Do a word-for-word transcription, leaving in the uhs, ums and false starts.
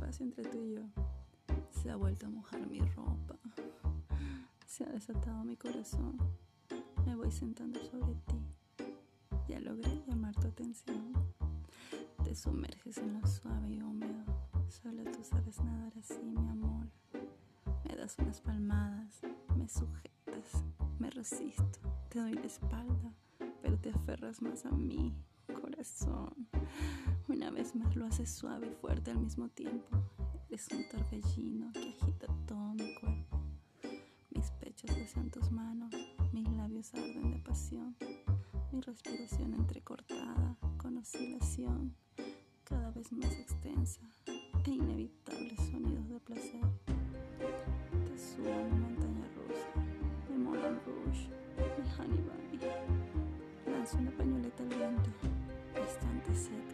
espacio entre tú y yo. Se ha vuelto a mojar mi ropa. Se ha desatado mi corazón. Me voy sentando sobre ti. Ya logré llamar tu atención. Te sumerges en lo suave y húmedo. Solo tú sabes nadar así, mi amor. Me das unas palmadas, me sujetas, me resisto, te doy la espalda, pero te aferras más a mí, corazón. Una vez más lo haces suave y fuerte al mismo tiempo. Eres un torbellino que agita todo mi cuerpo. Mis pechos desean tus manos, mis labios arden de pasión. Mi respiración entrecortada, con oscilación, cada vez más extensa e inevitables sonidos de placer. Te subo a mi montaña rusa, mi Moulin Rouge, mi Honey Bunny. Lanzo una pañoleta al viento, bastante sed.